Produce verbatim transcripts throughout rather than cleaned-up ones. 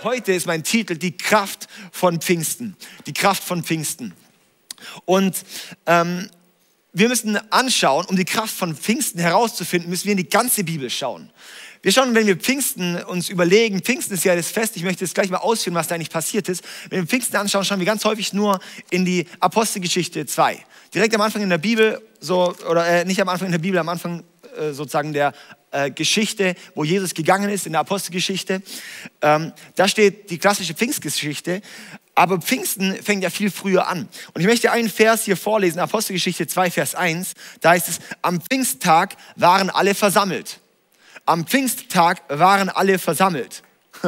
Heute ist mein Titel die Kraft von Pfingsten. Die Kraft von Pfingsten. Und ähm, wir müssen anschauen, um die Kraft von Pfingsten herauszufinden, müssen wir in die ganze Bibel schauen. Wir schauen, wenn wir Pfingsten uns überlegen, Pfingsten ist ja das Fest, ich möchte jetzt gleich mal ausführen, was da eigentlich passiert ist. Wenn wir Pfingsten anschauen, schauen wir ganz häufig nur in die Apostelgeschichte zwei. Direkt am Anfang in der Bibel, so, oder äh, nicht am Anfang in der Bibel, am Anfang äh, sozusagen der äh, Geschichte, wo Jesus gegangen ist, in der Apostelgeschichte. Ähm, da steht die klassische Pfingstgeschichte. Aber Pfingsten fängt ja viel früher an. Und ich möchte einen Vers hier vorlesen, Apostelgeschichte zwei, Vers eins. Da heißt es, am Pfingsttag waren alle versammelt. Am Pfingsttag waren alle versammelt.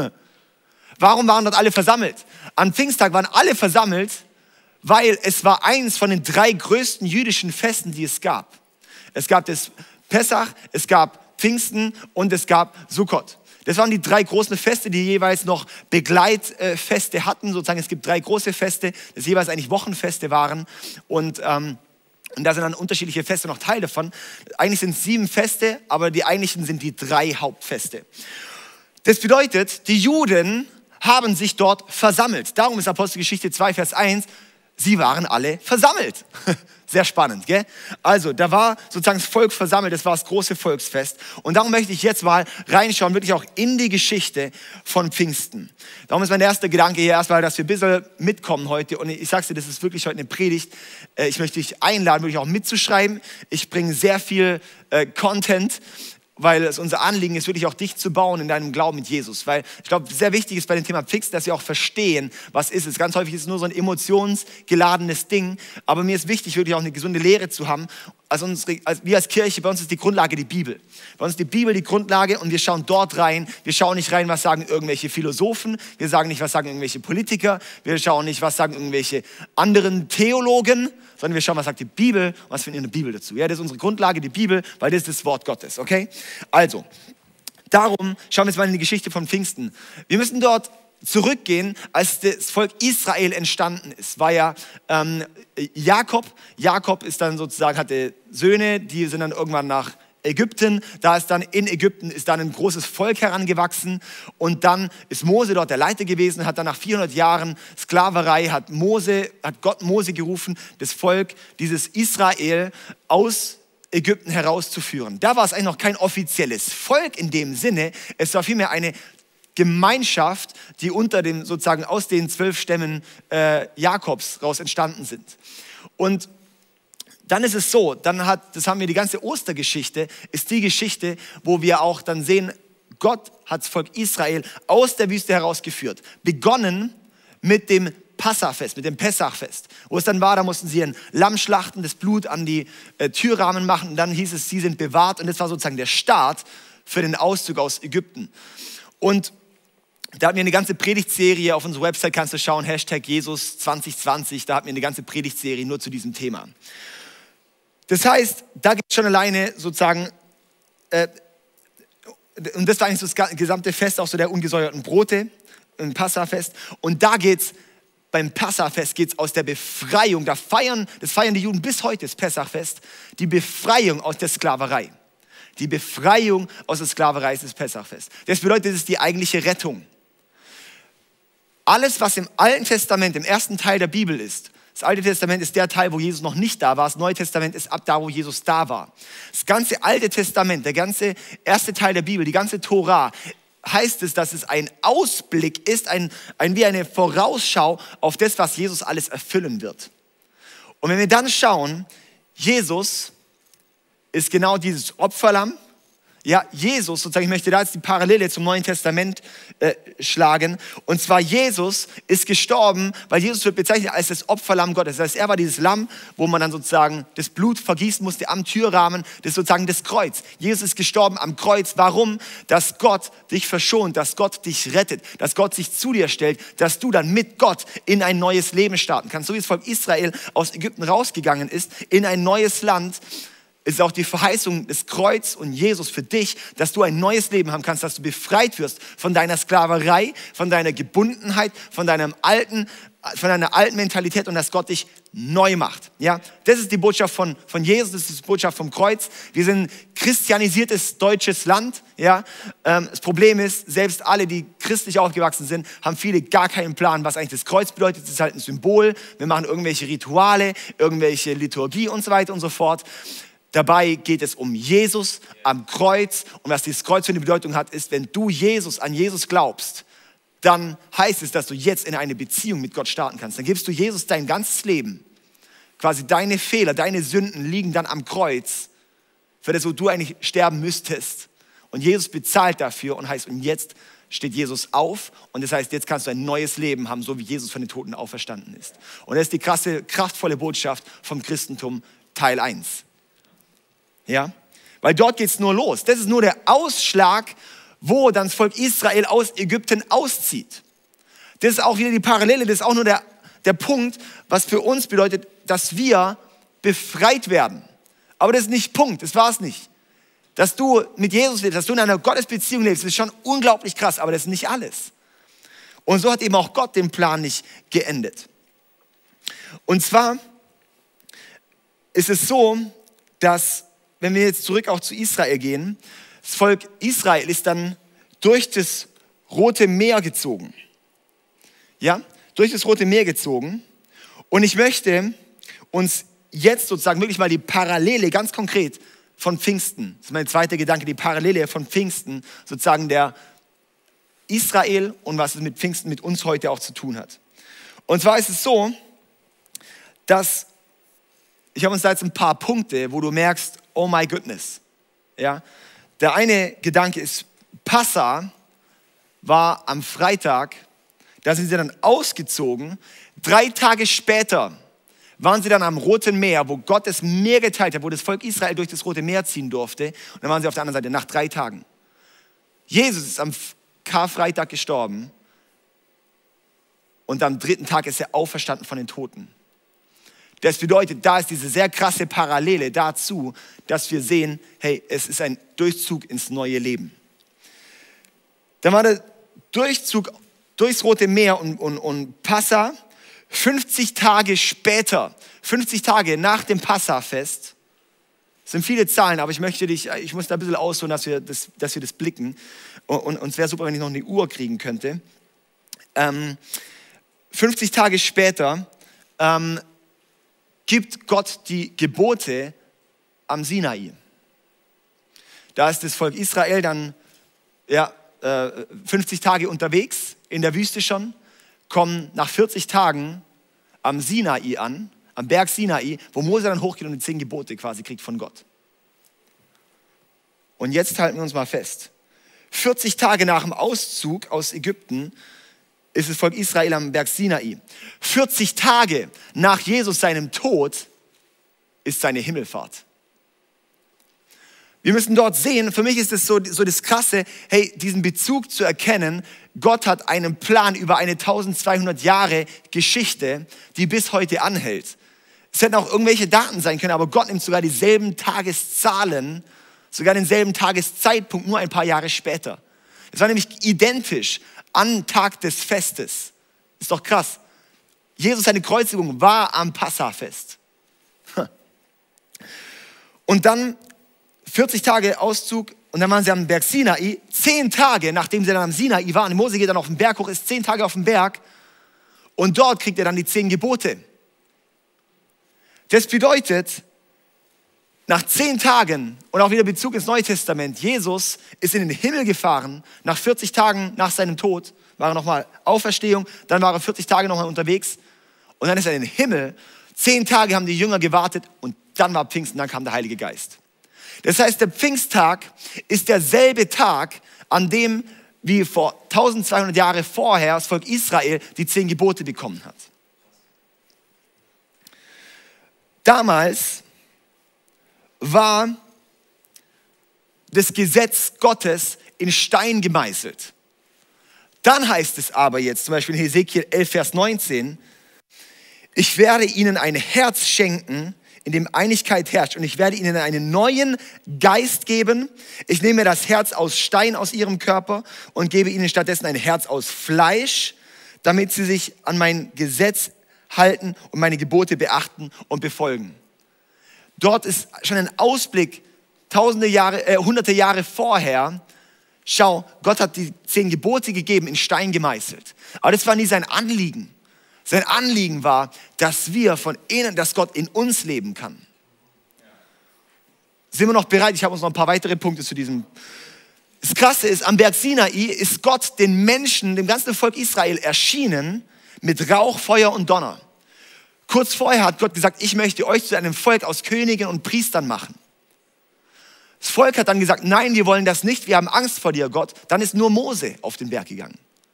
Warum waren dort alle versammelt? Am Pfingsttag waren alle versammelt, weil es war eins von den drei größten jüdischen Festen, die es gab. Es gab das Pessach, es gab Pfingsten und es gab Sukkot. Das waren die drei großen Feste, die jeweils noch Begleitfeste hatten. Sozusagen, es gibt drei große Feste, das jeweils eigentlich Wochenfeste waren. Und, ähm, und da sind dann unterschiedliche Feste noch Teil davon. Eigentlich sind es sieben Feste, aber die eigentlichen sind die drei Hauptfeste. Das bedeutet, die Juden haben sich dort versammelt. Darum ist Apostelgeschichte zwei, Vers eins, sie waren alle versammelt. Sehr spannend, gell? Also, da war sozusagen das Volk versammelt, das war das große Volksfest. Und darum möchte ich jetzt mal reinschauen, wirklich auch in die Geschichte von Pfingsten. Darum ist mein erster Gedanke hier erstmal, dass wir ein bisschen mitkommen heute. Und ich sag's dir, das ist wirklich heute eine Predigt. Ich möchte dich einladen, wirklich auch mitzuschreiben. Ich bringe sehr viel äh, Content, weil es unser Anliegen ist, wirklich auch dich zu bauen in deinem Glauben mit Jesus. Weil ich glaube, sehr wichtig ist bei dem Thema Pfingsten, dass wir auch verstehen, was ist es. Ganz häufig ist es nur so ein emotionsgeladenes Ding, aber mir ist wichtig, wirklich auch eine gesunde Lehre zu haben. Also unsere, also wir als Kirche, bei uns ist die Grundlage die Bibel. Bei uns ist die Bibel die Grundlage und wir schauen dort rein. Wir schauen nicht rein, was sagen irgendwelche Philosophen. Wir sagen nicht, was sagen irgendwelche Politiker. Wir schauen nicht, was sagen irgendwelche anderen Theologen, sondern wir schauen, was sagt die Bibel und was findet in der Bibel dazu. Ja, das ist unsere Grundlage, die Bibel, weil das ist das Wort Gottes, okay? Also, darum schauen wir jetzt mal in die Geschichte von Pfingsten. Wir müssen dort zurückgehen, als das Volk Israel entstanden ist, war ja ähm, Jakob. Jakob ist dann sozusagen, hatte Söhne, die sind dann irgendwann nach Ägypten. Da ist dann in Ägypten ist dann ein großes Volk herangewachsen und dann ist Mose dort der Leiter gewesen, hat dann nach vierhundert Jahren Sklaverei, hat Mose, hat Gott Mose gerufen, das Volk, dieses Israel aus Ägypten herauszuführen. Da war es eigentlich noch kein offizielles Volk in dem Sinne, es war vielmehr eine Gemeinschaft, die unter dem, sozusagen aus den zwölf Stämmen äh, Jakobs raus entstanden sind. Und dann ist es so, dann hat, das haben wir die ganze Ostergeschichte, ist die Geschichte, wo wir auch dann sehen, Gott hat das Volk Israel aus der Wüste herausgeführt. Begonnen mit dem Passafest, mit dem Pessachfest. Wo es dann war, da mussten sie ein Lamm schlachten, das Blut an die äh, Türrahmen machen und dann hieß es, sie sind bewahrt und das war sozusagen der Start für den Auszug aus Ägypten. Und da hatten wir eine ganze Predigtserie, auf unserer Website kannst du schauen, Hashtag Jesus zwanzig zwanzig, da hatten wir eine ganze Predigtserie nur zu diesem Thema. Das heißt, da gibt es schon alleine sozusagen, äh, und das war eigentlich so das gesamte Fest, auch so der ungesäuerten Brote, ein Passafest. Und da geht's, beim Passafest geht's aus der Befreiung, da feiern, das feiern die Juden bis heute, das Pessachfest, die Befreiung aus der Sklaverei. Die Befreiung aus der Sklaverei ist das Pessachfest. Das bedeutet, das ist die eigentliche Rettung. Alles, was im Alten Testament, im ersten Teil der Bibel ist, das Alte Testament ist der Teil, wo Jesus noch nicht da war. Das Neue Testament ist ab da, wo Jesus da war. Das ganze Alte Testament, der ganze erste Teil der Bibel, die ganze Tora, heißt es, dass es ein Ausblick ist, ein, ein, wie eine Vorausschau auf das, was Jesus alles erfüllen wird. Und wenn wir dann schauen, Jesus ist genau dieses Opferlamm. Ja, Jesus, sozusagen, ich möchte da jetzt die Parallele zum Neuen Testament äh, schlagen. Und zwar Jesus ist gestorben, weil Jesus wird bezeichnet als das Opferlamm Gottes. Das heißt, er war dieses Lamm, wo man dann sozusagen das Blut vergießen musste am Türrahmen. Das ist sozusagen das Kreuz. Jesus ist gestorben am Kreuz. Warum? Dass Gott dich verschont, dass Gott dich rettet, dass Gott sich zu dir stellt, dass du dann mit Gott in ein neues Leben starten kannst. So wie das Volk Israel aus Ägypten rausgegangen ist, in ein neues Land, ist auch die Verheißung des Kreuz und Jesus für dich, dass du ein neues Leben haben kannst, dass du befreit wirst von deiner Sklaverei, von deiner Gebundenheit, von deinem alten von einer alten Mentalität und dass Gott dich neu macht. Ja? Das ist die Botschaft von, von Jesus, das ist die Botschaft vom Kreuz. Wir sind ein christianisiertes deutsches Land. Ja? Ähm, das Problem ist, selbst alle, die christlich aufgewachsen sind, haben viele gar keinen Plan, was eigentlich das Kreuz bedeutet. Das ist halt ein Symbol. Wir machen irgendwelche Rituale, irgendwelche Liturgie und so weiter und so fort. Dabei geht es um Jesus am Kreuz. Und was dieses Kreuz für eine Bedeutung hat, ist, wenn du Jesus an Jesus glaubst, dann heißt es, dass du jetzt in eine Beziehung mit Gott starten kannst. Dann gibst du Jesus dein ganzes Leben. Quasi deine Fehler, deine Sünden liegen dann am Kreuz, für das, wo du eigentlich sterben müsstest. Und Jesus bezahlt dafür und heißt, und jetzt steht Jesus auf. Und das heißt, jetzt kannst du ein neues Leben haben, so wie Jesus von den Toten auferstanden ist. Und das ist die krasse, kraftvolle Botschaft vom Christentum, Teil eins. Ja? Weil dort geht es nur los. Das ist nur der Ausschlag, wo dann das Volk Israel aus Ägypten auszieht. Das ist auch wieder die Parallele, das ist auch nur der, der Punkt, was für uns bedeutet, dass wir befreit werden. Aber das ist nicht Punkt, das war es nicht. Dass du mit Jesus lebst, dass du in einer Gottesbeziehung lebst, das ist schon unglaublich krass, aber das ist nicht alles. Und so hat eben auch Gott den Plan nicht geendet. Und zwar ist es so, dass, wenn wir jetzt zurück auch zu Israel gehen, das Volk Israel ist dann durch das Rote Meer gezogen. Ja, durch das Rote Meer gezogen. Und ich möchte uns jetzt sozusagen wirklich mal die Parallele ganz konkret von Pfingsten, das ist mein zweiter Gedanke, die Parallele von Pfingsten, sozusagen der Israel und was es mit Pfingsten mit uns heute auch zu tun hat. Und zwar ist es so, dass, ich habe uns da jetzt ein paar Punkte, wo du merkst, oh my goodness, ja, der eine Gedanke ist, Passa war am Freitag, da sind sie dann ausgezogen. Drei Tage später waren sie dann am Roten Meer, wo Gott das Meer geteilt hat, wo das Volk Israel durch das Rote Meer ziehen durfte. Und dann waren sie auf der anderen Seite, nach drei Tagen. Jesus ist am Karfreitag gestorben und am dritten Tag ist er auferstanden von den Toten. Das bedeutet, da ist diese sehr krasse Parallele dazu, dass wir sehen, hey, es ist ein Durchzug ins neue Leben. Dann war der Durchzug durchs Rote Meer und, und, und Passa, fünfzig Tage später, fünfzig Tage nach dem Passafest, das sind viele Zahlen, aber ich möchte dich, ich muss da ein bisschen ausholen, dass wir das, dass wir das blicken. Und, und, und es wäre super, wenn ich noch eine Uhr kriegen könnte. Ähm, fünfzig Tage später ähm, gibt Gott die Gebote am Sinai. Da ist das Volk Israel dann ja, fünfzig Tage unterwegs, in der Wüste schon, kommen nach vierzig Tagen am Sinai an, am Berg Sinai, wo Mose dann hochgeht und die zehn Gebote quasi kriegt von Gott. Und jetzt halten wir uns mal fest. vierzig Tage nach dem Auszug aus Ägypten ist das Volk Israel am Berg Sinai. vierzig Tage nach Jesus seinem Tod ist seine Himmelfahrt. Wir müssen dort sehen, für mich ist es so, so das Krasse, hey, diesen Bezug zu erkennen, Gott hat einen Plan über eine eintausendzweihundert Jahre Geschichte, die bis heute anhält. Es hätten auch irgendwelche Daten sein können, aber Gott nimmt sogar dieselben Tageszahlen, sogar denselben Tageszeitpunkt, nur ein paar Jahre später. Es war nämlich identisch am Tag des Festes. Ist doch krass. Jesus, seine Kreuzigung war am Passafest. Und dann vierzig Tage Auszug und dann waren sie am Berg Sinai. Zehn Tage, nachdem sie dann am Sinai waren. Mose geht dann auf den Berg hoch, ist zehn Tage auf dem Berg. Und dort kriegt er dann die zehn Gebote. Das bedeutet, nach zehn Tagen und auch wieder Bezug ins Neue Testament, Jesus ist in den Himmel gefahren. Nach vierzig Tagen nach seinem Tod war er nochmal Auferstehung. Dann war er vierzig Tage nochmal unterwegs. Und dann ist er in den Himmel. Zehn Tage haben die Jünger gewartet und dann war Pfingsten, dann kam der Heilige Geist. Das heißt, der Pfingsttag ist derselbe Tag, an dem, wie vor eintausendzweihundert Jahre vorher, das Volk Israel die zehn Gebote bekommen hat. Damals war das Gesetz Gottes in Stein gemeißelt. Dann heißt es aber jetzt, zum Beispiel in Hesekiel elf, Vers neunzehn, ich werde ihnen ein Herz schenken, in dem Einigkeit herrscht. Und ich werde ihnen einen neuen Geist geben. Ich nehme das Herz aus Stein aus ihrem Körper und gebe ihnen stattdessen ein Herz aus Fleisch. damit sie sich an mein Gesetz halten und meine Gebote beachten und befolgen. Dort ist schon ein Ausblick, tausende Jahre, äh, hunderte Jahre vorher. Schau, Gott hat die zehn Gebote gegeben, in Stein gemeißelt. Aber das war nie sein Anliegen. Sein Anliegen war, dass wir von innen, dass Gott in uns leben kann. Sind wir noch bereit? Ich habe uns noch ein paar weitere Punkte zu diesem. Das Krasse ist, am Berg Sinai ist Gott den Menschen, dem ganzen Volk Israel erschienen mit Rauch, Feuer und Donner. Kurz vorher hat Gott gesagt, ich möchte euch zu einem Volk aus Königen und Priestern machen. Das Volk hat dann gesagt, nein, wir wollen das nicht, wir haben Angst vor dir, Gott. Dann ist nur Mose auf den Berg gegangen.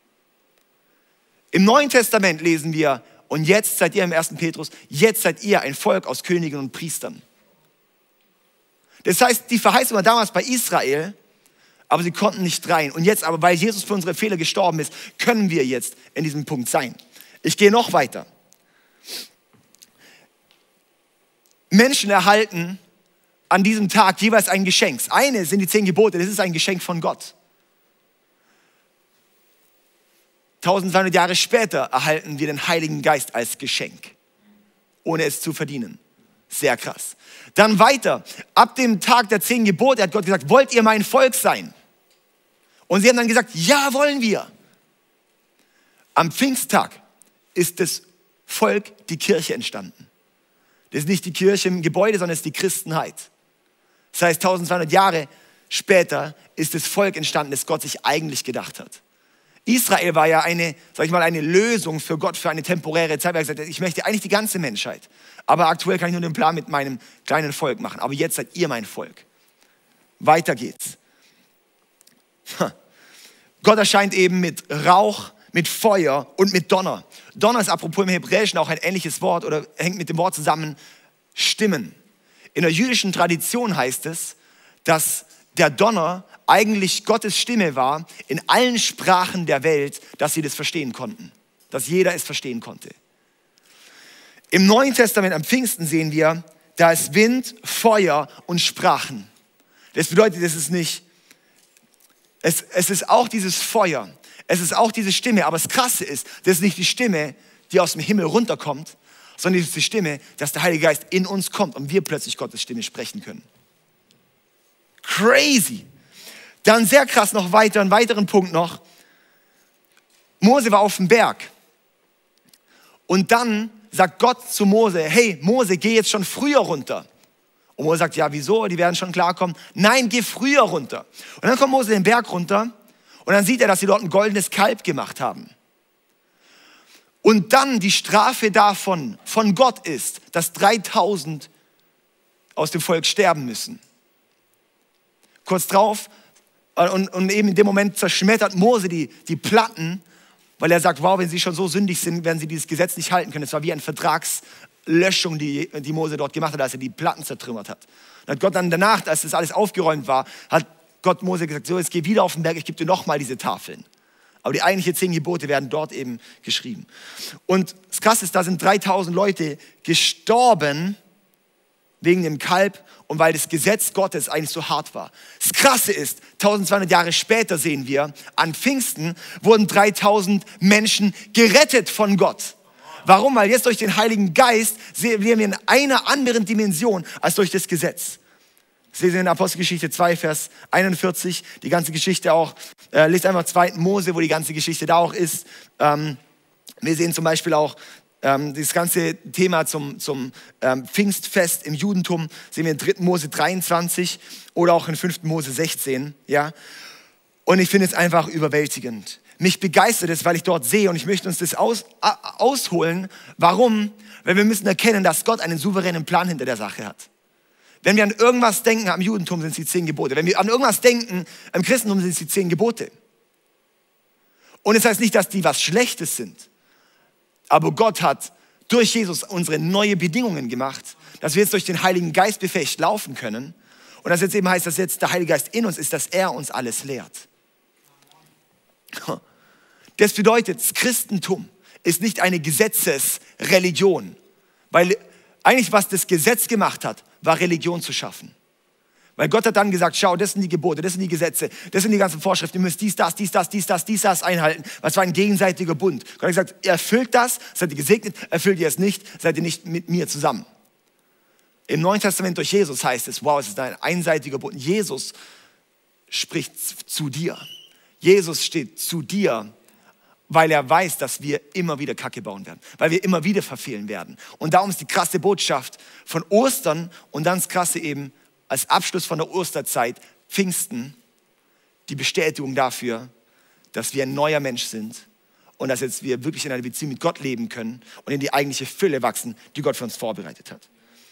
Im Neuen Testament lesen wir, und jetzt seid ihr im ersten Petrus, jetzt seid ihr ein Volk aus Königen und Priestern. Das heißt, die Verheißung war damals bei Israel, aber sie konnten nicht rein. Und jetzt aber, weil Jesus für unsere Fehler gestorben ist, können wir jetzt in diesem Punkt sein. Ich gehe noch weiter. Menschen erhalten an diesem Tag jeweils ein Geschenk. Das eine sind die zehn Gebote, das ist ein Geschenk von Gott. eintausendzweihundert Jahre später erhalten wir den Heiligen Geist als Geschenk, ohne es zu verdienen. Sehr krass. Dann weiter, ab dem Tag der zehn Gebote hat Gott gesagt, wollt ihr mein Volk sein? Und sie haben dann gesagt, ja, wollen wir. Am Pfingsttag ist das Volk, die Kirche entstanden. Das ist nicht die Kirche im Gebäude, sondern es ist die Christenheit. Das heißt, eintausendzweihundert Jahre später ist das Volk entstanden, das Gott sich eigentlich gedacht hat. Israel war ja eine, sag ich mal, eine Lösung für Gott für eine temporäre Zeit. Er hat gesagt, ich möchte eigentlich die ganze Menschheit. Aber aktuell kann ich nur den Plan mit meinem kleinen Volk machen. Aber jetzt seid ihr mein Volk. Weiter geht's. Gott erscheint eben mit Rauch, mit Feuer und mit Donner. Donner ist apropos im Hebräischen auch ein ähnliches Wort oder hängt mit dem Wort zusammen, Stimmen. In der jüdischen Tradition heißt es, dass der Donner eigentlich Gottes Stimme war in allen Sprachen der Welt, dass sie das verstehen konnten. Dass jeder es verstehen konnte. Im Neuen Testament am Pfingsten sehen wir, da ist Wind, Feuer und Sprachen. Das bedeutet, es ist nicht, es, es ist auch dieses Feuer, es ist auch diese Stimme, aber das Krasse ist, das ist nicht die Stimme, die aus dem Himmel runterkommt, sondern es ist die Stimme, dass der Heilige Geist in uns kommt und wir plötzlich Gottes Stimme sprechen können. Crazy. Dann sehr krass noch weiter, einen weiteren Punkt noch. Mose war auf dem Berg. Und dann sagt Gott zu Mose, hey Mose, geh jetzt schon früher runter. Und Mose sagt, ja wieso, die werden schon klarkommen. Nein, geh früher runter. Und dann kommt Mose den Berg runter und dann sieht er, dass sie dort ein goldenes Kalb gemacht haben. Und dann die Strafe davon, von Gott ist, dass dreitausend aus dem Volk sterben müssen. Kurz drauf, und, und eben in dem Moment zerschmettert Mose die, die Platten, weil er sagt, wow, wenn sie schon so sündig sind, werden sie dieses Gesetz nicht halten können. Es war wie eine Vertragslöschung, die, die Mose dort gemacht hat, als er die Platten zertrümmert hat. Und hat Gott dann danach, als das alles aufgeräumt war, hat Gott Mose gesagt, so jetzt geh wieder auf den Berg, ich gebe dir nochmal diese Tafeln. Aber die eigentlichen zehn Gebote werden dort eben geschrieben. Und das Krasse ist, da sind dreitausend Leute gestorben wegen dem Kalb und weil das Gesetz Gottes eigentlich so hart war. Das Krasse ist, eintausendzweihundert Jahre später sehen wir, an Pfingsten wurden dreitausend Menschen gerettet von Gott. Warum? Weil jetzt durch den Heiligen Geist sehen wir in einer anderen Dimension als durch das Gesetz. Das lesen wir in Apostelgeschichte zwei, Vers einundvierzig, die ganze Geschichte auch. Äh, lest einfach zweiten Mose, wo die ganze Geschichte da auch ist. Ähm, wir sehen zum Beispiel auch ähm, das ganze Thema zum, zum ähm, Pfingstfest im Judentum, sehen wir in dritten Mose dreiundzwanzig oder auch in fünften Mose sechzehn. Ja? Und ich finde es einfach überwältigend. Mich begeistert es, weil ich dort sehe und ich möchte uns das aus, ausholen. Warum? Weil wir müssen erkennen, dass Gott einen souveränen Plan hinter der Sache hat. Wenn wir an irgendwas denken, am Judentum sind es die zehn Gebote. Wenn wir an irgendwas denken, am Christentum sind es die zehn Gebote. Und es heißt nicht, dass die was Schlechtes sind. Aber Gott hat durch Jesus unsere neue Bedingungen gemacht, dass wir jetzt durch den Heiligen Geist befähigt laufen können. Und das jetzt eben heißt, dass jetzt der Heilige Geist in uns ist, dass er uns alles lehrt. Das bedeutet, das Christentum ist nicht eine Gesetzesreligion. Weil eigentlich, was das Gesetz gemacht hat, war Religion zu schaffen. Weil Gott hat dann gesagt, schau, das sind die Gebote, das sind die Gesetze, das sind die ganzen Vorschriften, ihr müsst dies, das, dies, das, dies, das, dies, das einhalten. Was war ein gegenseitiger Bund. Gott hat gesagt, erfüllt das, seid ihr gesegnet, erfüllt ihr es nicht, seid ihr nicht mit mir zusammen. Im Neuen Testament durch Jesus heißt es, wow, es ist ein einseitiger Bund. Jesus spricht zu dir. Jesus steht zu dir, weil er weiß, dass wir immer wieder Kacke bauen werden, weil wir immer wieder verfehlen werden. Und darum ist die krasse Botschaft von Ostern und dann das krasse eben als Abschluss von der Osterzeit, Pfingsten, die Bestätigung dafür, dass wir ein neuer Mensch sind und dass jetzt wir wirklich in einer Beziehung mit Gott leben können und in die eigentliche Fülle wachsen, die Gott für uns vorbereitet hat.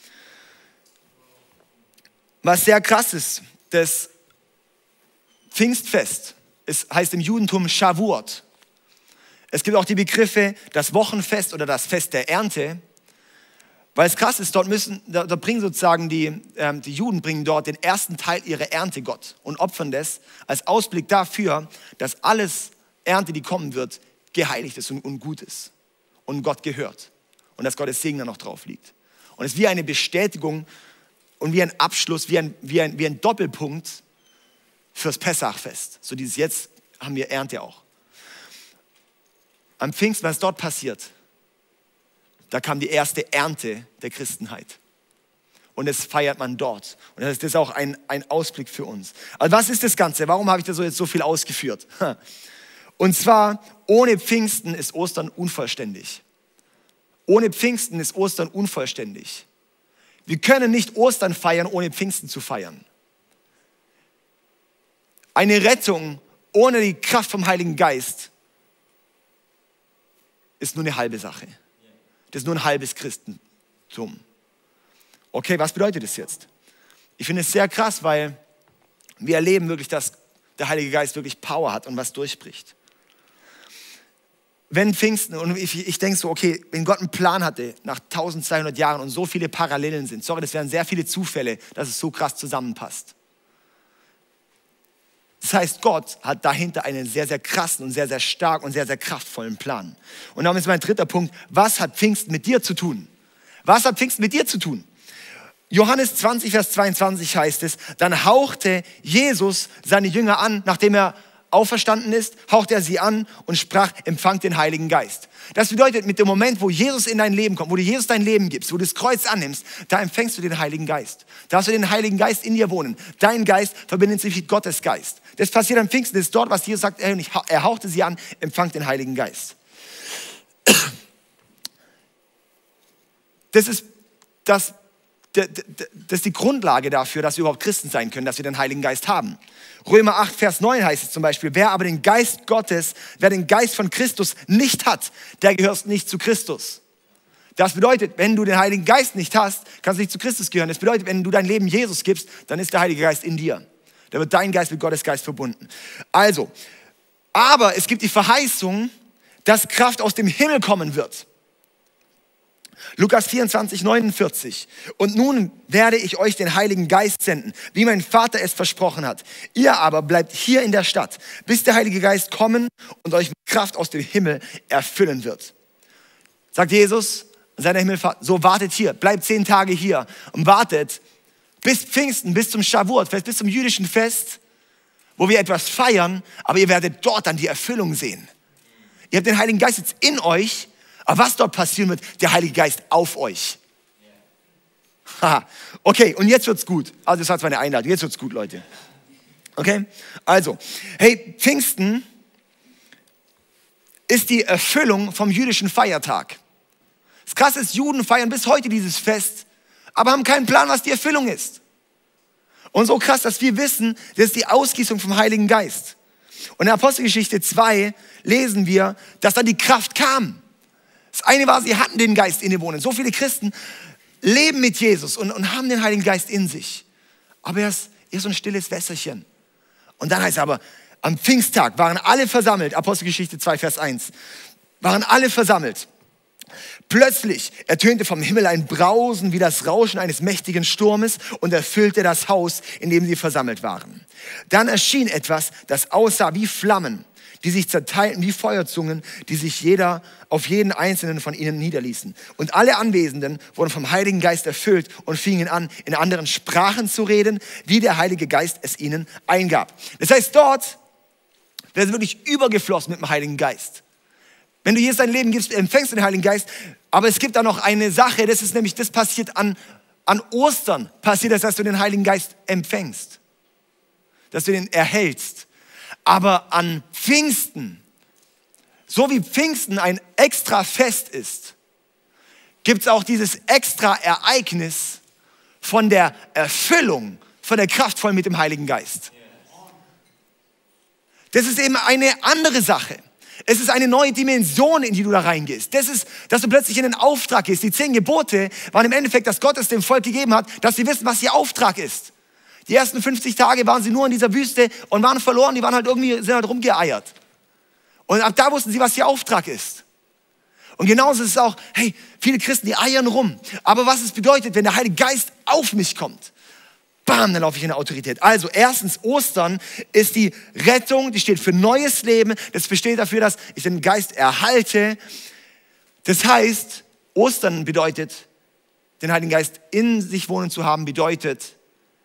Was sehr krass ist, das Pfingstfest, es heißt im Judentum Shavuot. Es gibt auch die Begriffe das Wochenfest oder das Fest der Ernte. Weil es krass ist, dort müssen, da, da bringen sozusagen die, ähm, die Juden bringen dort den ersten Teil ihrer Ernte Gott und opfern das als Ausblick dafür, dass alles Ernte, die kommen wird, geheiligt ist und, und gut ist und Gott gehört und dass Gottes Segen da noch drauf liegt. Und es ist wie eine Bestätigung und wie ein Abschluss, wie ein, wie ein, wie ein Doppelpunkt fürs Pessachfest. So dieses jetzt haben wir Ernte auch. Am Pfingsten, was dort passiert, da kam die erste Ernte der Christenheit. Und das feiert man dort. Und das ist auch ein, ein Ausblick für uns. Also was ist das Ganze? Warum habe ich da so jetzt so viel ausgeführt? Und zwar, ohne Pfingsten ist Ostern unvollständig. Ohne Pfingsten ist Ostern unvollständig. Wir können nicht Ostern feiern, ohne Pfingsten zu feiern. Eine Rettung ohne die Kraft vom Heiligen Geist ist nur eine halbe Sache. Das ist nur ein halbes Christentum. Okay, was bedeutet das jetzt? Ich finde es sehr krass, weil wir erleben wirklich, dass der Heilige Geist wirklich Power hat und was durchbricht. Wenn Pfingsten, und ich, ich denke so, okay, wenn Gott einen Plan hatte nach zwölfhundert Jahren und so viele Parallelen sind, sorry, das wären sehr viele Zufälle, dass es so krass zusammenpasst. Das heißt, Gott hat dahinter einen sehr, sehr krassen und sehr, sehr starken und sehr, sehr kraftvollen Plan. Und darum ist mein dritter Punkt, was hat Pfingsten mit dir zu tun? Was hat Pfingsten mit dir zu tun? Johannes zwanzig, Vers zweiundzwanzig heißt es, dann hauchte Jesus seine Jünger an, nachdem er auferstanden ist, hauchte er sie an und sprach, empfangt den Heiligen Geist. Das bedeutet, mit dem Moment, wo Jesus in dein Leben kommt, wo du Jesus dein Leben gibst, wo du das Kreuz annimmst, da empfängst du den Heiligen Geist. Da hast du den Heiligen Geist in dir wohnen. Dein Geist verbindet sich mit Gottes Geist. Das passiert am Pfingsten, das ist dort, was Jesus sagt, er hauchte sie an, empfangt den Heiligen Geist. Das ist, das, das ist die Grundlage dafür, dass wir überhaupt Christen sein können, dass wir den Heiligen Geist haben. Römer acht, Vers neun heißt es zum Beispiel, wer aber den Geist Gottes, wer den Geist von Christus nicht hat, der gehört nicht zu Christus. Das bedeutet, wenn du den Heiligen Geist nicht hast, kannst du nicht zu Christus gehören. Das bedeutet, wenn du dein Leben Jesus gibst, dann ist der Heilige Geist in dir. Da wird dein Geist mit Gottes Geist verbunden. Also, aber es gibt die Verheißung, dass Kraft aus dem Himmel kommen wird. Lukas vierundzwanzig, neunundvierzig. Und nun werde ich euch den Heiligen Geist senden, wie mein Vater es versprochen hat. Ihr aber bleibt hier in der Stadt, bis der Heilige Geist kommen und euch mit Kraft aus dem Himmel erfüllen wird. Sagt Jesus, seiner Himmelfahrt, so wartet hier, bleibt zehn Tage hier und wartet bis Pfingsten, bis zum Shavuot, bis zum jüdischen Fest, wo wir etwas feiern, aber ihr werdet dort dann die Erfüllung sehen. Ihr habt den Heiligen Geist jetzt in euch, aber was dort passieren wird, der Heilige Geist auf euch. Haha. Okay, und jetzt wird's gut. Also das war jetzt meine Einladung, jetzt wird's gut, Leute. Okay, also, hey, Pfingsten ist die Erfüllung vom jüdischen Feiertag. Das Krasse ist, Juden feiern bis heute dieses Fest, aber haben keinen Plan, was die Erfüllung ist. Und so krass, dass wir wissen, das ist die Ausgießung vom Heiligen Geist. Und in Apostelgeschichte zwei lesen wir, dass dann die Kraft kam. Das eine war, sie hatten den Geist innewohnen. So viele Christen leben mit Jesus und, und haben den Heiligen Geist in sich. Aber er ist, er ist so ein stilles Wässerchen. Und dann heißt es aber, am Pfingsttag waren alle versammelt, Apostelgeschichte zwei, Vers eins, waren alle versammelt. Plötzlich ertönte vom Himmel ein Brausen wie das Rauschen eines mächtigen Sturmes und erfüllte das Haus, in dem sie versammelt waren. Dann erschien etwas, das aussah wie Flammen, die sich zerteilten wie Feuerzungen, die sich jeder auf jeden einzelnen von ihnen niederließen. Und alle Anwesenden wurden vom Heiligen Geist erfüllt und fingen an, in anderen Sprachen zu reden, wie der Heilige Geist es ihnen eingab. Das heißt, dort werden sie wirklich übergeflossen mit dem Heiligen Geist. Wenn du Jesus dein Leben gibst, empfängst du den Heiligen Geist. Aber es gibt da noch eine Sache, das ist nämlich, das passiert an, an Ostern, passiert das, dass du den Heiligen Geist empfängst. Dass du den erhältst. Aber an Pfingsten, so wie Pfingsten ein extra Fest ist, gibt es auch dieses extra Ereignis von der Erfüllung, von der Kraft voll mit dem Heiligen Geist. Das ist eben eine andere Sache. Es ist eine neue Dimension, in die du da reingehst. Das ist, dass du plötzlich in den Auftrag gehst. Die zehn Gebote waren im Endeffekt, dass Gott es dem Volk gegeben hat, dass sie wissen, was ihr Auftrag ist. Die ersten fünfzig Tage waren sie nur in dieser Wüste und waren verloren. Die waren halt irgendwie, sind halt rumgeeiert. Und ab da wussten sie, was ihr Auftrag ist. Und genauso ist es auch, hey, viele Christen, die eiern rum. Aber was es bedeutet, wenn der Heilige Geist auf mich kommt, bam, dann laufe ich in der Autorität. Also erstens, Ostern ist die Rettung, die steht für neues Leben. Das besteht dafür, dass ich den Geist erhalte. Das heißt, Ostern bedeutet, den Heiligen Geist in sich wohnen zu haben, bedeutet,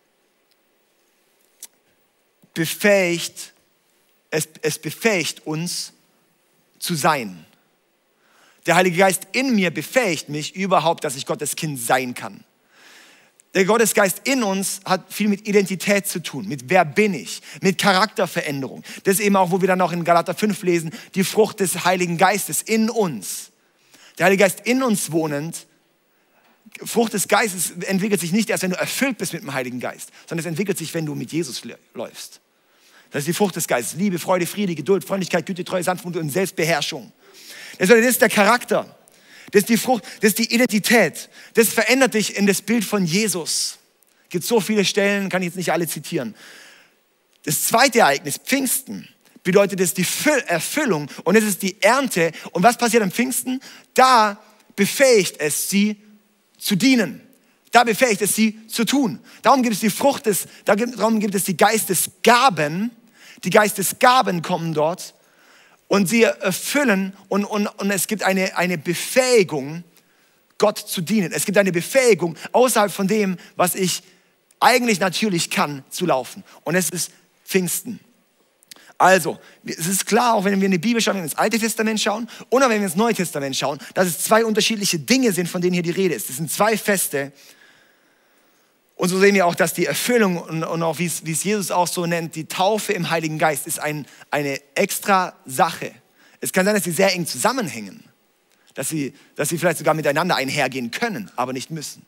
befähigt, es, es befähigt uns zu sein. Der Heilige Geist in mir befähigt mich überhaupt, dass ich Gottes Kind sein kann. Der Gottesgeist in uns hat viel mit Identität zu tun, mit wer bin ich, mit Charakterveränderung. Das ist eben auch, wo wir dann auch in Galater fünf lesen, die Frucht des Heiligen Geistes in uns. Der Heilige Geist in uns wohnend, Frucht des Geistes entwickelt sich nicht erst, wenn du erfüllt bist mit dem Heiligen Geist, sondern es entwickelt sich, wenn du mit Jesus läufst. Das ist die Frucht des Geistes, Liebe, Freude, Friede, Geduld, Freundlichkeit, Güte, Treue, Sanftmut und Selbstbeherrschung. Das ist der Charakter. Das ist die Frucht, das ist die Identität. Das verändert dich in das Bild von Jesus. Es gibt so viele Stellen, kann ich jetzt nicht alle zitieren. Das zweite Ereignis, Pfingsten, bedeutet es die Erfüllung und es ist die Ernte. Und was passiert am Pfingsten? Da befähigt es sie zu dienen. Da befähigt es sie zu tun. Darum gibt es die Frucht des, darum gibt es die Geistesgaben. Die Geistesgaben kommen dort. Und sie erfüllen und, und, und es gibt eine, eine Befähigung, Gott zu dienen. Es gibt eine Befähigung, außerhalb von dem, was ich eigentlich natürlich kann, zu laufen. Und es ist Pfingsten. Also, es ist klar, auch wenn wir in die Bibel schauen, wenn wir ins Alte Testament schauen oder wenn wir ins Neue Testament schauen, dass es zwei unterschiedliche Dinge sind, von denen hier die Rede ist. Es sind zwei Feste. Und so sehen wir auch, dass die Erfüllung und, und auch wie es, wie es Jesus auch so nennt, die Taufe im Heiligen Geist ist ein, eine extra Sache. Es kann sein, dass sie sehr eng zusammenhängen, dass sie, dass sie vielleicht sogar miteinander einhergehen können, aber nicht müssen.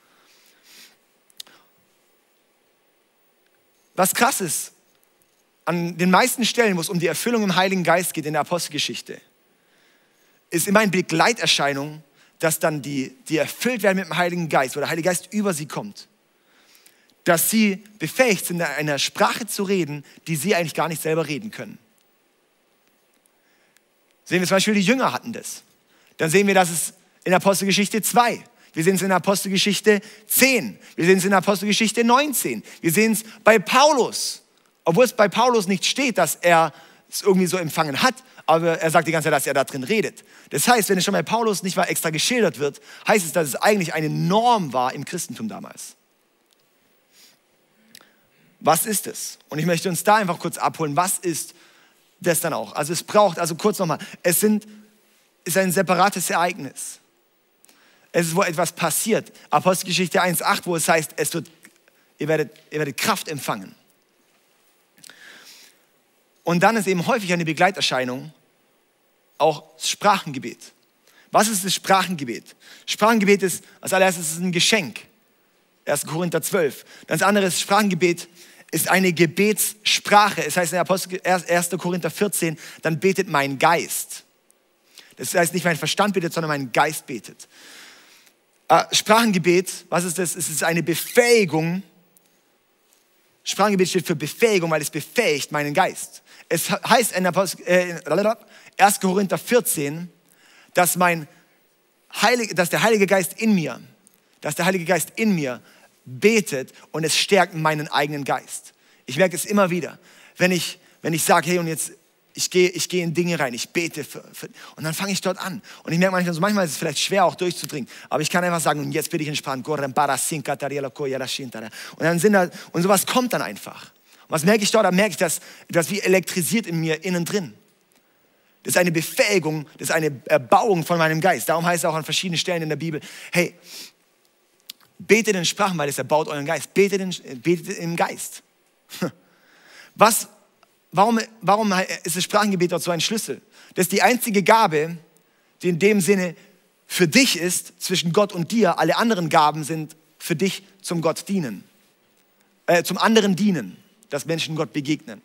Was krass ist, an den meisten Stellen, wo es um die Erfüllung im Heiligen Geist geht in der Apostelgeschichte, ist immer eine Begleiterscheinung, dass dann die, die erfüllt werden mit dem Heiligen Geist, wo der Heilige Geist über sie kommt, dass sie befähigt sind, in einer Sprache zu reden, die sie eigentlich gar nicht selber reden können. Sehen wir zum Beispiel, die Jünger hatten das. Dann sehen wir, dass es in Apostelgeschichte zwei. Wir sehen es in Apostelgeschichte zehn. Wir sehen es in Apostelgeschichte neunzehn. Wir sehen es bei Paulus. Obwohl es bei Paulus nicht steht, dass er es irgendwie so empfangen hat, aber er sagt die ganze Zeit, dass er da drin redet. Das heißt, wenn es schon bei Paulus nicht mal extra geschildert wird, heißt es, dass es eigentlich eine Norm war im Christentum damals. Was ist es? Und ich möchte uns da einfach kurz abholen. Was ist das dann auch? Also es braucht, also kurz nochmal, es sind, ist ein separates Ereignis. Es ist, wo etwas passiert. Apostelgeschichte eins acht, wo es heißt, es wird, ihr werdet, ihr werdet Kraft empfangen. Und dann ist eben häufig eine Begleiterscheinung auch das Sprachengebet. Was ist das Sprachengebet? Sprachengebet ist, als allererstes ist ein Geschenk. erster Korinther zwölf. Das andere ist, Sprachengebet ist eine Gebetssprache. Es heißt in Apostel, erster Korinther vierzehn, dann betet mein Geist. Das heißt nicht mein Verstand betet, sondern mein Geist betet. Äh, Sprachengebet, was ist das? Es ist eine Befähigung. Sprachengebet steht für Befähigung, weil es befähigt meinen Geist. Es heißt in Apostel, äh, erster Korinther vierzehn, dass mein Heilige, dass der Heilige Geist in mir, dass der Heilige Geist in mir betet und es stärkt meinen eigenen Geist. Ich merke es immer wieder, wenn ich, wenn ich sage, hey, und jetzt, ich gehe, ich gehe in Dinge rein, ich bete für, für, und dann fange ich dort an. Und ich merke manchmal, so manchmal ist es vielleicht schwer auch durchzudringen, aber ich kann einfach sagen, und jetzt bitte ich in Sprachen. Und dann sind da, und sowas kommt dann einfach. Und was merke ich dort? Da merke ich, dass das wie elektrisiert in mir innen drin. Das ist eine Befähigung, das ist eine Erbauung von meinem Geist. Darum heißt es auch an verschiedenen Stellen in der Bibel, hey, betet in Sprachen, weil es erbaut euren Geist. Betet, in, betet im Geist. Was, warum, warum ist das Sprachengebet dort so ein Schlüssel? Das ist die einzige Gabe, die in dem Sinne für dich ist, zwischen Gott und dir. Alle anderen Gaben sind für dich zum Gott dienen. Äh, zum anderen dienen, dass Menschen Gott begegnen.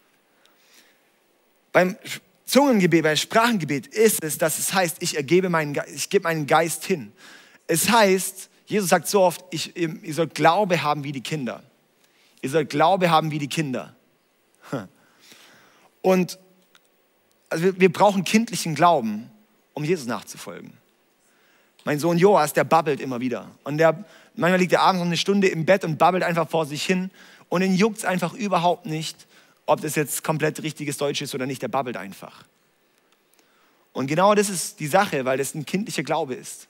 Beim Zungengebet, beim Sprachengebet ist es, dass es heißt, ich ergebe meinen Geist, ich gebe meinen Geist hin. Es heißt, Jesus sagt so oft, ich, ihr sollt Glaube haben wie die Kinder. Ihr sollt Glaube haben wie die Kinder. Und also wir, wir brauchen kindlichen Glauben, um Jesus nachzufolgen. Mein Sohn Joas, der babbelt immer wieder. Und der, manchmal liegt er abends noch eine Stunde im Bett und babbelt einfach vor sich hin. Und ihn juckt es einfach überhaupt nicht, ob das jetzt komplett richtiges Deutsch ist oder nicht. Der babbelt einfach. Und genau das ist die Sache, weil das ein kindlicher Glaube ist.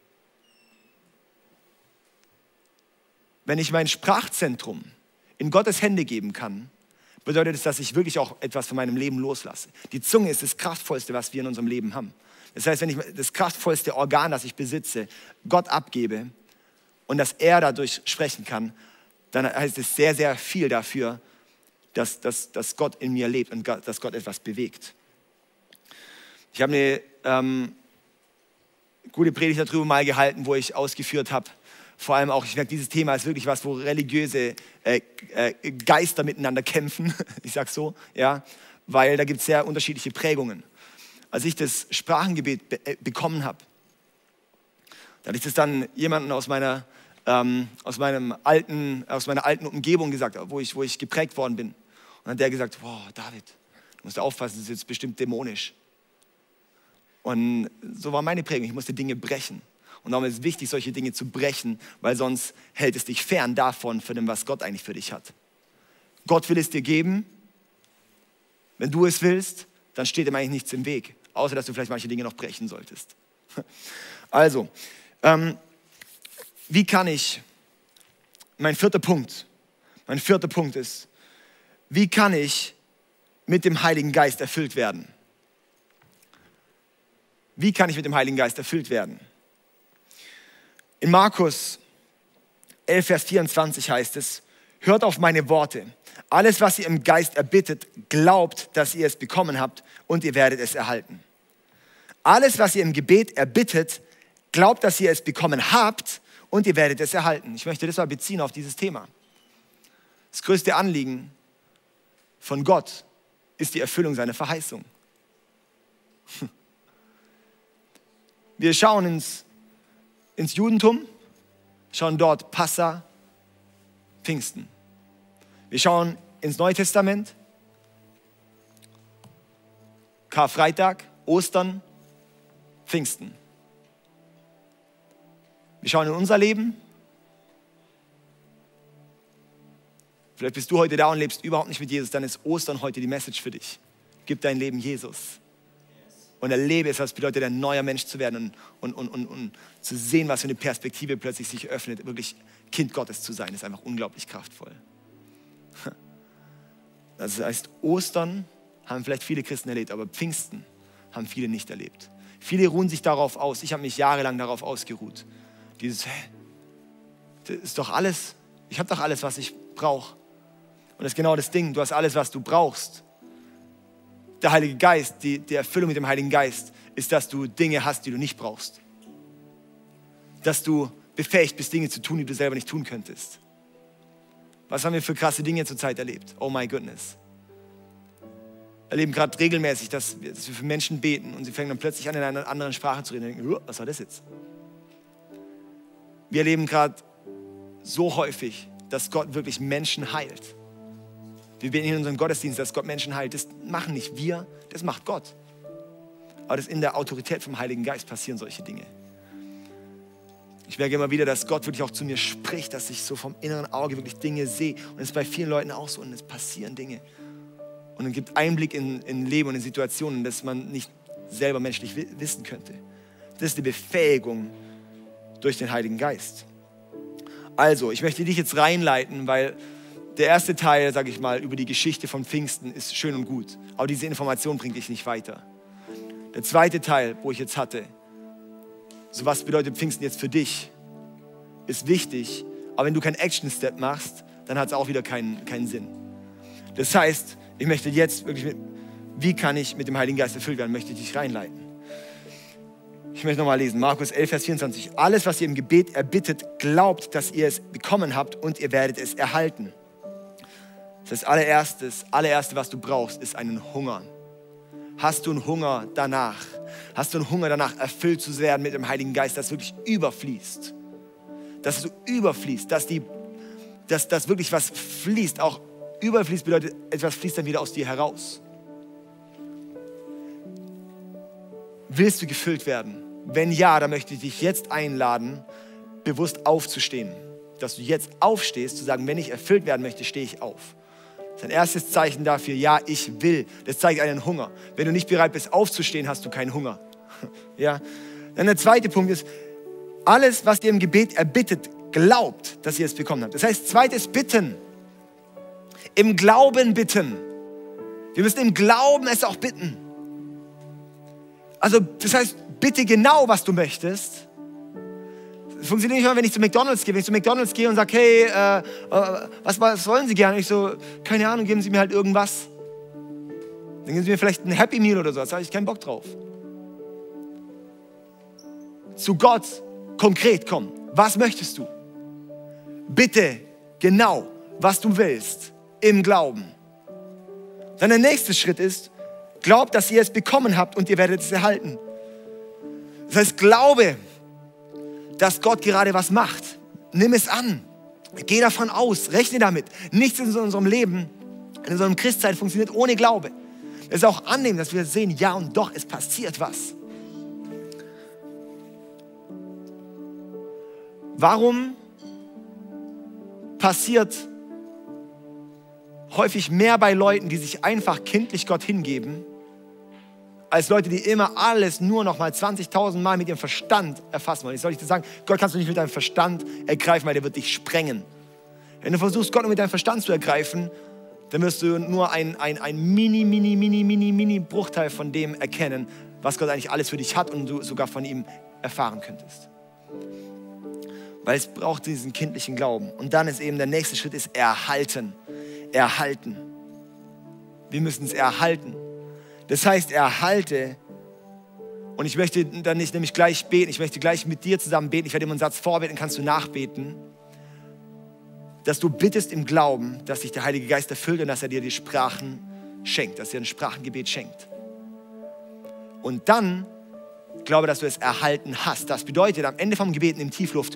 Wenn ich mein Sprachzentrum in Gottes Hände geben kann, bedeutet es, dass ich wirklich auch etwas von meinem Leben loslasse. Die Zunge ist das Kraftvollste, was wir in unserem Leben haben. Das heißt, wenn ich das kraftvollste Organ, das ich besitze, Gott abgebe und dass er dadurch sprechen kann, dann heißt es sehr, sehr viel dafür, dass, dass, dass Gott in mir lebt und dass Gott etwas bewegt. Ich habe eine ähm, gute Predigt darüber mal gehalten, wo ich ausgeführt habe, vor allem auch, ich merke, dieses Thema ist wirklich was, wo religiöse äh, äh, Geister miteinander kämpfen, ich sage so, ja, weil da gibt es sehr unterschiedliche Prägungen. Als ich das Sprachengebet be äh, bekommen habe, da hatte ich das dann jemanden aus meiner, ähm, aus, meinem alten, aus meiner alten Umgebung gesagt, wo ich, wo ich geprägt worden bin. Und dann hat der gesagt, wow, David, du musst aufpassen, das ist jetzt bestimmt dämonisch. Und so war meine Prägung, ich musste Dinge brechen. Und darum ist es wichtig, solche Dinge zu brechen, weil sonst hält es dich fern davon, für dem, was Gott eigentlich für dich hat. Gott will es dir geben. Wenn du es willst, dann steht ihm eigentlich nichts im Weg. Außer, dass du vielleicht manche Dinge noch brechen solltest. Also, ähm, wie kann ich, mein vierter Punkt, mein vierter Punkt ist, wie kann ich mit dem Heiligen Geist erfüllt werden? Wie kann ich mit dem Heiligen Geist erfüllt werden? In Markus elf, Vers vierundzwanzig heißt es, hört auf meine Worte. Alles, was ihr im Geist erbittet, glaubt, dass ihr es bekommen habt und ihr werdet es erhalten. Alles, was ihr im Gebet erbittet, glaubt, dass ihr es bekommen habt und ihr werdet es erhalten. Ich möchte das mal beziehen auf dieses Thema. Das größte Anliegen von Gott ist die Erfüllung seiner Verheißung. Wir schauen ins ins Judentum, schauen dort Passa, Pfingsten. Wir schauen ins Neue Testament, Karfreitag, Ostern, Pfingsten. Wir schauen in unser Leben. Vielleicht bist du heute da und lebst überhaupt nicht mit Jesus, dann ist Ostern heute die Message für dich. Gib dein Leben Jesus. Und erlebe es, was es bedeutet, ein neuer Mensch zu werden und, und, und, und, und zu sehen, was für eine Perspektive plötzlich sich öffnet, wirklich Kind Gottes zu sein, ist einfach unglaublich kraftvoll. Das heißt, Ostern haben vielleicht viele Christen erlebt, aber Pfingsten haben viele nicht erlebt. Viele ruhen sich darauf aus. Ich habe mich jahrelang darauf ausgeruht. Dieses, hä, das ist doch alles, ich habe doch alles, was ich brauche. Und das ist genau das Ding, du hast alles, was du brauchst. Der Heilige Geist, die, die Erfüllung mit dem Heiligen Geist, ist, dass du Dinge hast, die du nicht brauchst. Dass du befähigt bist, Dinge zu tun, die du selber nicht tun könntest. Was haben wir für krasse Dinge zurzeit erlebt? Oh my goodness. Wir erleben gerade regelmäßig, dass wir, dass wir für Menschen beten und sie fangen dann plötzlich an, in einer anderen Sprache zu reden. Und denken, was war das jetzt? Wir erleben gerade so häufig, dass Gott wirklich Menschen heilt. Wir beten in unserem Gottesdienst, dass Gott Menschen heilt. Das machen nicht wir, das macht Gott. Aber das in der Autorität vom Heiligen Geist passieren solche Dinge. Ich merke immer wieder, dass Gott wirklich auch zu mir spricht, dass ich so vom inneren Auge wirklich Dinge sehe. Und es ist bei vielen Leuten auch so und es passieren Dinge. Und es gibt Einblick in, in Leben und in Situationen, das man nicht selber menschlich wissen könnte. Das ist die Befähigung durch den Heiligen Geist. Also, ich möchte dich jetzt reinleiten, weil der erste Teil, sage ich mal, über die Geschichte von Pfingsten ist schön und gut. Aber diese Information bringt dich nicht weiter. Der zweite Teil, wo ich jetzt hatte, so was bedeutet Pfingsten jetzt für dich, ist wichtig. Aber wenn du keinen Action-Step machst, dann hat es auch wieder keinen, keinen Sinn. Das heißt, ich möchte jetzt wirklich, mit, wie kann ich mit dem Heiligen Geist erfüllt werden, möchte ich dich reinleiten. Ich möchte nochmal lesen, Markus elf, Vers vierundzwanzig. Alles, was ihr im Gebet erbittet, glaubt, dass ihr es bekommen habt und ihr werdet es erhalten. Das heißt, allererstes, allererste, was du brauchst, ist einen Hunger. Hast du einen Hunger danach? Hast du einen Hunger danach, erfüllt zu werden mit dem Heiligen Geist, dass wirklich überfließt? Dass du überfließt, dass, die, dass, dass wirklich was fließt. Auch überfließt bedeutet, etwas fließt dann wieder aus dir heraus. Willst du gefüllt werden? Wenn ja, dann möchte ich dich jetzt einladen, bewusst aufzustehen. Dass du jetzt aufstehst, zu sagen, wenn ich erfüllt werden möchte, stehe ich auf. Das ist ein erstes Zeichen dafür, ja, ich will. Das zeigt einen Hunger. Wenn du nicht bereit bist, aufzustehen, hast du keinen Hunger. Ja? Dann der zweite Punkt ist, alles, was ihr im Gebet erbittet, glaubt, dass ihr es bekommen habt. Das heißt, zweites Bitten. Im Glauben bitten. Wir müssen im Glauben es auch bitten. Also, das heißt, bitte genau, was du möchtest. Es funktioniert nicht immer, wenn ich zu McDonald's gehe. Wenn ich zu McDonald's gehe und sage, hey, äh, äh, was, was wollen Sie gerne? Und ich so, keine Ahnung, geben Sie mir halt irgendwas. Dann geben Sie mir vielleicht ein Happy Meal oder so. Da habe ich keinen Bock drauf. Zu Gott konkret kommen. Was möchtest du? Bitte genau, was du willst, im Glauben. Dann der nächste Schritt ist, glaubt, dass ihr es bekommen habt und ihr werdet es erhalten. Das heißt, glaube, dass Gott gerade was macht. Nimm es an. Geh davon aus. Rechne damit. Nichts in unserem Leben, in unserem Christsein funktioniert ohne Glaube. Es ist auch annehmen, dass wir sehen, ja und doch, es passiert was. Warum passiert häufig mehr bei Leuten, die sich einfach kindlich Gott hingeben, als Leute, die immer alles nur noch mal zwanzigtausend Mal mit ihrem Verstand erfassen wollen? Ich soll ich dir sagen, Gott kannst du nicht mit deinem Verstand ergreifen, weil der wird dich sprengen. Wenn du versuchst, Gott nur mit deinem Verstand zu ergreifen, dann wirst du nur ein, ein, ein mini, mini, mini, mini, mini Bruchteil von dem erkennen, was Gott eigentlich alles für dich hat und du sogar von ihm erfahren könntest. Weil es braucht diesen kindlichen Glauben. Und dann ist eben der nächste Schritt ist erhalten. Erhalten. Wir müssen es erhalten. Das heißt, erhalte, und ich möchte dann nicht nämlich gleich beten, ich möchte gleich mit dir zusammen beten, ich werde immer einen Satz vorbeten, kannst du nachbeten, dass du bittest im Glauben, dass sich der Heilige Geist erfüllt und dass er dir die Sprachen schenkt, dass er ein Sprachengebet schenkt. Und dann glaube, dass du es erhalten hast. Das bedeutet, am Ende vom Gebet in Tiefluft.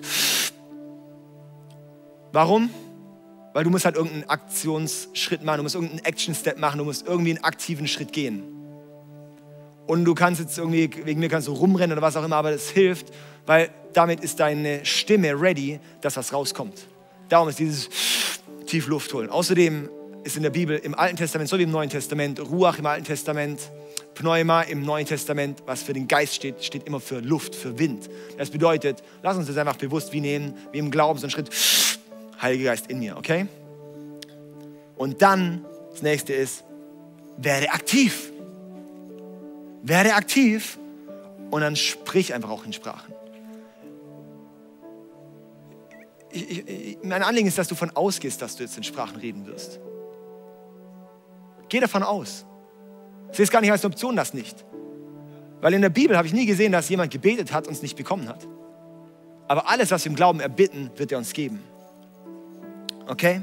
Warum? Weil du musst halt irgendeinen Aktionsschritt machen, du musst irgendeinen Action-Step machen, du musst irgendwie einen aktiven Schritt gehen. Und du kannst jetzt irgendwie, wegen mir kannst du rumrennen oder was auch immer, aber das hilft, weil damit ist deine Stimme ready, dass was rauskommt. Darum ist dieses tief Luft holen. Außerdem ist in der Bibel im Alten Testament, so wie im Neuen Testament, Ruach im Alten Testament, Pneuma im Neuen Testament, was für den Geist steht, steht immer für Luft, für Wind. Das bedeutet, lass uns das einfach bewusst wie nehmen, wie im Glauben, so einen Schritt, Heiliger Geist in mir, okay? Und dann, das nächste ist, werde aktiv. Werde aktiv und dann sprich einfach auch in Sprachen. Ich, ich, mein Anliegen ist, dass du davon ausgehst, dass du jetzt in Sprachen reden wirst. Geh davon aus. Ich sehe es gar nicht als eine Option, das nicht. Weil in der Bibel habe ich nie gesehen, dass jemand gebetet hat und es nicht bekommen hat. Aber alles, was wir im Glauben erbitten, wird er uns geben. Okay?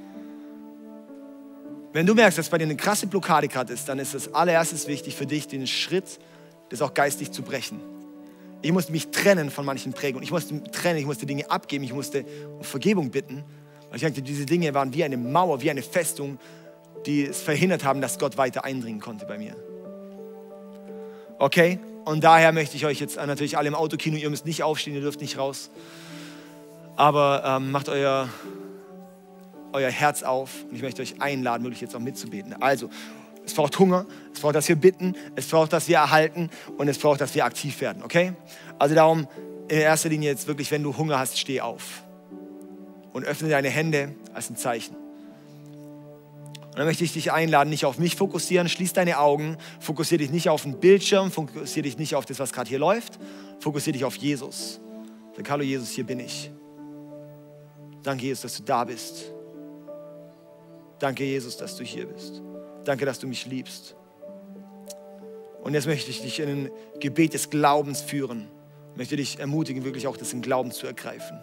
Wenn du merkst, dass bei dir eine krasse Blockade gerade ist, dann ist das allererstes wichtig für dich, den Schritt, das auch geistig zu brechen. Ich musste mich trennen von manchen Prägungen. Ich musste trennen, ich musste Dinge abgeben, ich musste um Vergebung bitten. Weil ich dachte, diese Dinge waren wie eine Mauer, wie eine Festung, die es verhindert haben, dass Gott weiter eindringen konnte bei mir. Okay? Und daher möchte ich euch jetzt natürlich alle im Autokino, ihr müsst nicht aufstehen, ihr dürft nicht raus. Aber ähm, macht euer, euer Herz auf und ich möchte euch einladen, wirklich jetzt auch mitzubeten. Also, es braucht Hunger, es braucht, dass wir bitten, es braucht, dass wir erhalten und es braucht, dass wir aktiv werden, okay? Also darum, in erster Linie jetzt wirklich, wenn du Hunger hast, steh auf und öffne deine Hände als ein Zeichen. Und dann möchte ich dich einladen, nicht auf mich fokussieren, schließ deine Augen, fokussiere dich nicht auf den Bildschirm, fokussiere dich nicht auf das, was gerade hier läuft, fokussiere dich auf Jesus. Sag, hallo Jesus, hier bin ich. Danke Jesus, dass du da bist. Danke Jesus, dass du hier bist. Danke, dass du mich liebst. Und jetzt möchte ich dich in ein Gebet des Glaubens führen. Ich möchte dich ermutigen, wirklich auch das im Glauben zu ergreifen.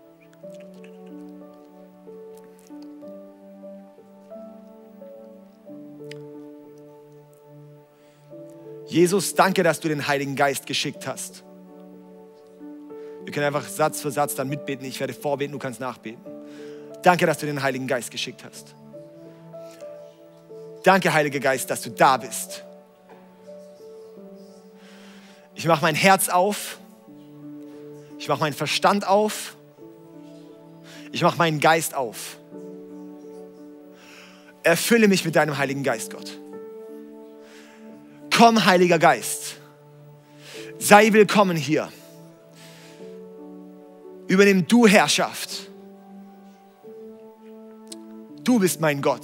Jesus, danke, dass du den Heiligen Geist geschickt hast. Wir können einfach Satz für Satz dann mitbeten. Ich werde vorbeten, du kannst nachbeten. Danke, dass du den Heiligen Geist geschickt hast. Danke, Heiliger Geist, dass du da bist. Ich mache mein Herz auf. Ich mache meinen Verstand auf. Ich mache meinen Geist auf. Erfülle mich mit deinem Heiligen Geist, Gott. Komm, Heiliger Geist. Sei willkommen hier. Übernimm du Herrschaft. Du bist mein Gott.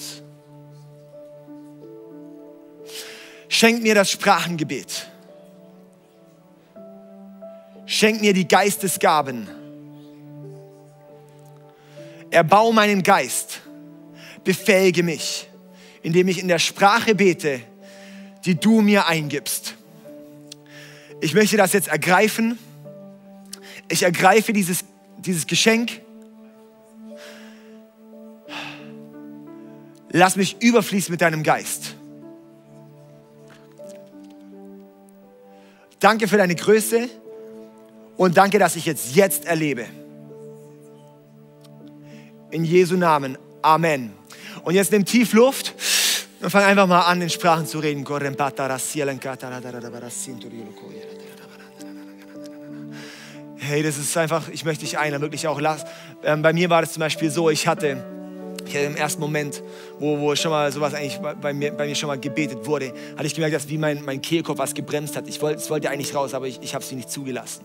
Schenk mir das Sprachengebet. Schenk mir die Geistesgaben. Erbau meinen Geist. Befähige mich, indem ich in der Sprache bete, die du mir eingibst. Ich möchte das jetzt ergreifen. Ich ergreife dieses, dieses Geschenk. Lass mich überfließen mit deinem Geist. Danke für deine Größe und danke, dass ich jetzt jetzt erlebe. In Jesu Namen. Amen. Und jetzt nimm tief Luft und fang einfach mal an, in Sprachen zu reden. Hey, das ist einfach, ich möchte dich einladen, wirklich auch. Ähm, bei mir war das zum Beispiel so, ich hatte, ich hatte im ersten Moment, wo, wo schon mal sowas eigentlich bei mir, bei mir schon mal gebetet wurde, hatte ich gemerkt, dass wie mein, mein Kehlkopf was gebremst hat. Ich wollte, es wollte eigentlich raus, aber ich, ich habe es nicht zugelassen.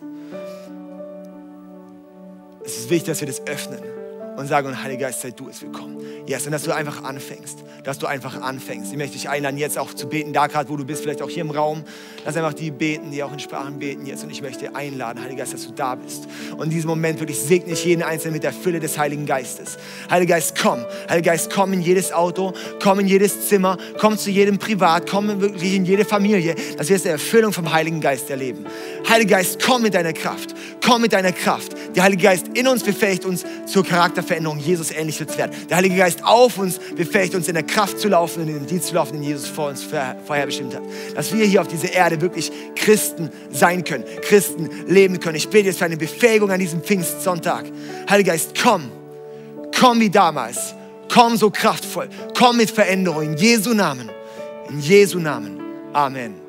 Es ist wichtig, dass wir das öffnen und sagen, und Heiliger Geist, sei du es willkommen. Yes, und dass du einfach anfängst, dass du einfach anfängst. Ich möchte dich einladen, jetzt auch zu beten, da gerade, wo du bist, vielleicht auch hier im Raum. Lass einfach die beten, die auch in Sprachen beten jetzt. Und ich möchte einladen, Heiliger Geist, dass du da bist. Und in diesem Moment wirklich segne ich jeden Einzelnen mit der Fülle des Heiligen Geistes. Heiliger Geist, komm. Heiliger Geist, komm in jedes Auto, komm in jedes Zimmer, komm zu jedem Privat, komm wirklich in jede Familie, dass wir jetzt die Erfüllung vom Heiligen Geist erleben. Heiliger Geist, komm mit deiner Kraft. Komm mit deiner Kraft. Der Heilige Geist in uns befähigt uns zur Charakterveränderung, Jesus ähnlich zu werden. Der Heilige Geist auf uns befähigt uns, in der Kraft zu laufen und in den Dienst zu laufen, den Jesus vor uns vorherbestimmt hat. Dass wir hier auf dieser Erde wirklich Christen sein können, Christen leben können. Ich bete jetzt für eine Befähigung an diesem Pfingstsonntag. Heiliger Geist, komm. Komm wie damals. Komm so kraftvoll. Komm mit Veränderung. In Jesu Namen. In Jesu Namen. Amen.